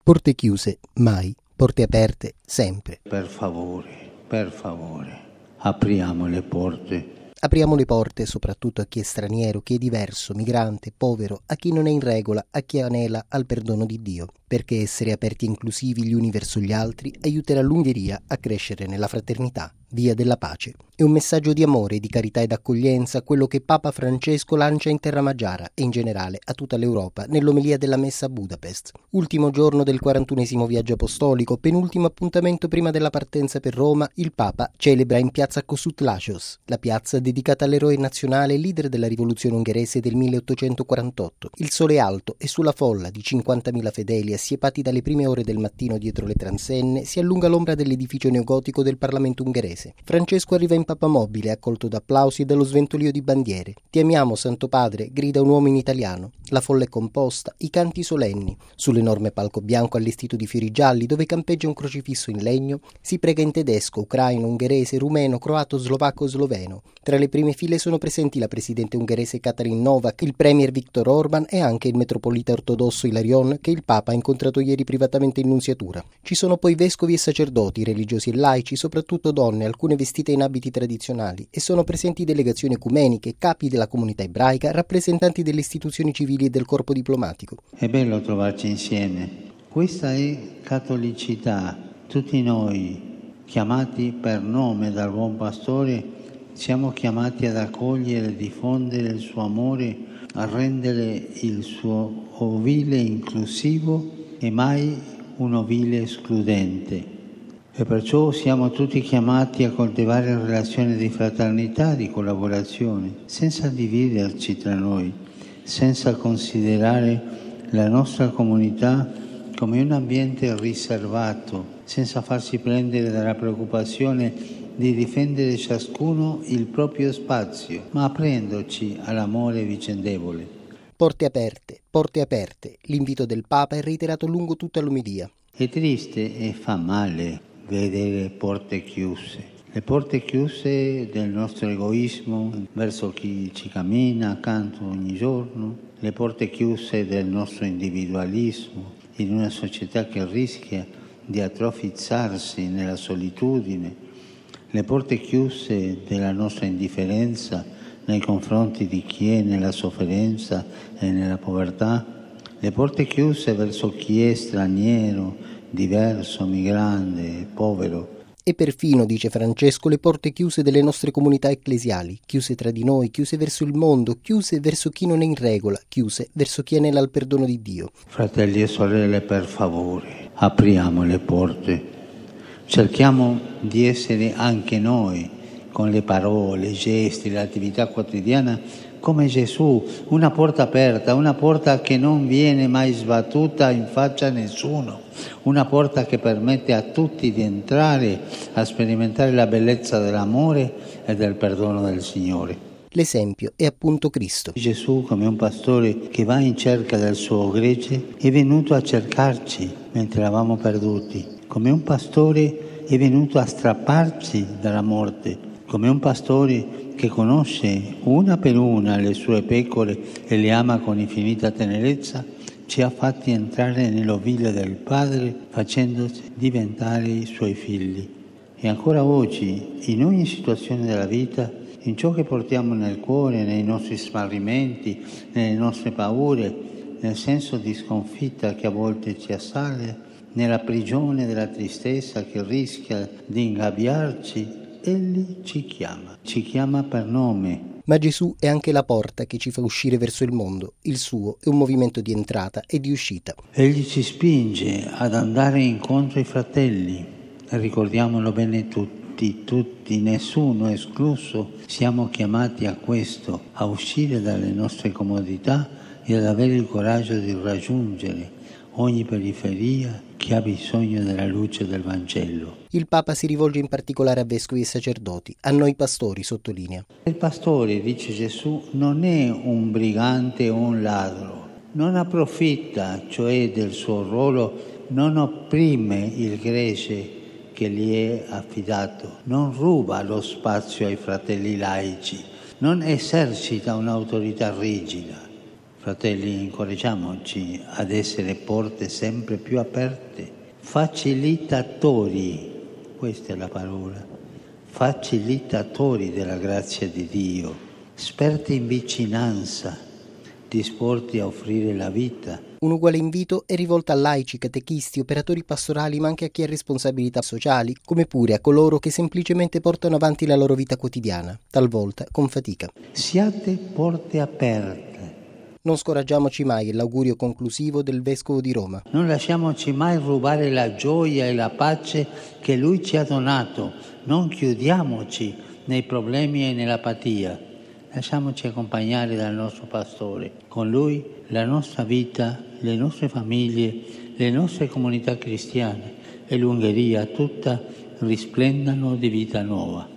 Porte chiuse, mai. Porte aperte, sempre. Per favore, apriamo le porte. Apriamo le porte soprattutto a chi è straniero, chi è diverso, migrante, povero, a chi non è in regola, a chi anela al perdono di Dio, perché essere aperti e inclusivi gli uni verso gli altri aiuterà l'Ungheria a crescere nella fraternità, via della pace. È un messaggio di amore, di carità ed accoglienza quello che Papa Francesco lancia in terra magiara e in generale a tutta l'Europa nell'omelia della messa a Budapest. Ultimo giorno del 41esimo viaggio apostolico, penultimo appuntamento prima della partenza per Roma, il Papa celebra in piazza Kossuth Lajos, la piazza dedicata all'eroe nazionale leader della rivoluzione ungherese del 1848. Il sole è alto e sulla folla di 50.000 fedeli assiepati dalle prime ore del mattino dietro le transenne si allunga l'ombra dell'edificio neogotico del Parlamento ungherese. Francesco arriva in papamobile, accolto da applausi e dallo sventolio di bandiere. Ti amiamo, Santo Padre, grida un uomo in italiano. La folla è composta, i canti solenni. Sull'enorme palco bianco allestito di fiori gialli, dove campeggia un crocifisso in legno, si prega in tedesco, ucraino, ungherese, rumeno, croato, slovacco, sloveno. Tra le prime file sono presenti la presidente ungherese Katalin Novak, il premier Viktor Orban e anche il metropolita ortodosso Ilarion, che il Papa ha incontrato ieri privatamente in nunziatura. Ci sono poi vescovi e sacerdoti, religiosi e laici, soprattutto donne, alcune vestite in abiti tradizionali, e sono presenti delegazioni ecumeniche, capi della comunità ebraica, rappresentanti delle istituzioni civili e del corpo diplomatico. È bello trovarci insieme. Questa è cattolicità. Tutti noi, chiamati per nome dal buon pastore, siamo chiamati ad accogliere e diffondere il suo amore, a rendere il suo ovile inclusivo e mai un ovile escludente. E perciò siamo tutti chiamati a coltivare relazioni di fraternità, di collaborazione, senza dividerci tra noi, senza considerare la nostra comunità come un ambiente riservato, senza farsi prendere dalla preoccupazione di difendere ciascuno il proprio spazio, ma aprendoci all'amore vicendevole. Porte aperte, l'invito del Papa è reiterato lungo tutta l'omelia. È triste e fa male vedere porte chiuse. Le porte chiuse del nostro egoismo verso chi ci cammina accanto ogni giorno, le porte chiuse del nostro individualismo in una società che rischia di atrofizzarsi nella solitudine, le porte chiuse della nostra indifferenza nei confronti di chi è nella sofferenza e nella povertà, le porte chiuse verso chi è straniero, diverso, migrante, povero. E perfino, dice Francesco, le porte chiuse delle nostre comunità ecclesiali, chiuse tra di noi, chiuse verso il mondo, chiuse verso chi non è in regola, chiuse verso chi anela al perdono di Dio. Fratelli e sorelle, per favore, apriamo le porte. Cerchiamo di essere anche noi, con le parole, i gesti, l'attività quotidiana, come Gesù, una porta aperta, una porta che non viene mai sbattuta in faccia a nessuno, una porta che permette a tutti di entrare a sperimentare la bellezza dell'amore e del perdono del Signore. L'esempio è appunto Cristo. Gesù, come un pastore che va in cerca del suo gregge, è venuto a cercarci mentre eravamo perduti. Come un pastore è venuto a strapparci dalla morte. Come un pastore che conosce una per una le sue pecore e le ama con infinita tenerezza, ci ha fatti entrare nell'ovile del Padre facendoci diventare i suoi figli. E ancora oggi, in ogni situazione della vita, in ciò che portiamo nel cuore, nei nostri smarrimenti, nelle nostre paure, nel senso di sconfitta che a volte ci assale, nella prigione della tristezza che rischia di ingabbiarci, Egli ci chiama per nome. Ma Gesù è anche la porta che ci fa uscire verso il mondo. Il suo è un movimento di entrata e di uscita. Egli ci spinge ad andare incontro ai fratelli. Ricordiamolo bene tutti, nessuno escluso. Siamo chiamati a questo, a uscire dalle nostre comodità e ad avere il coraggio di raggiungere ogni periferia che ha bisogno della luce del Vangelo. Il Papa si rivolge in particolare a vescovi e sacerdoti, a noi pastori, sottolinea. Il pastore, dice Gesù, non è un brigante o un ladro, non approfitta, cioè del suo ruolo, non opprime il gregge che gli è affidato, non ruba lo spazio ai fratelli laici, non esercita un'autorità rigida. Fratelli, incoraggiamoci ad essere porte sempre più aperte, facilitatori, questa è la parola, facilitatori della grazia di Dio, esperti in vicinanza, disposti a offrire la vita. Un uguale invito è rivolto a laici, catechisti, operatori pastorali, ma anche a chi ha responsabilità sociali, come pure a coloro che semplicemente portano avanti la loro vita quotidiana, talvolta con fatica. Siate porte aperte. Non scoraggiamoci mai, è l'augurio conclusivo del Vescovo di Roma. Non lasciamoci mai rubare la gioia e la pace che Lui ci ha donato. Non chiudiamoci nei problemi e nell'apatia. Lasciamoci accompagnare dal nostro pastore. Con Lui la nostra vita, le nostre famiglie, le nostre comunità cristiane e l'Ungheria tutta risplendano di vita nuova.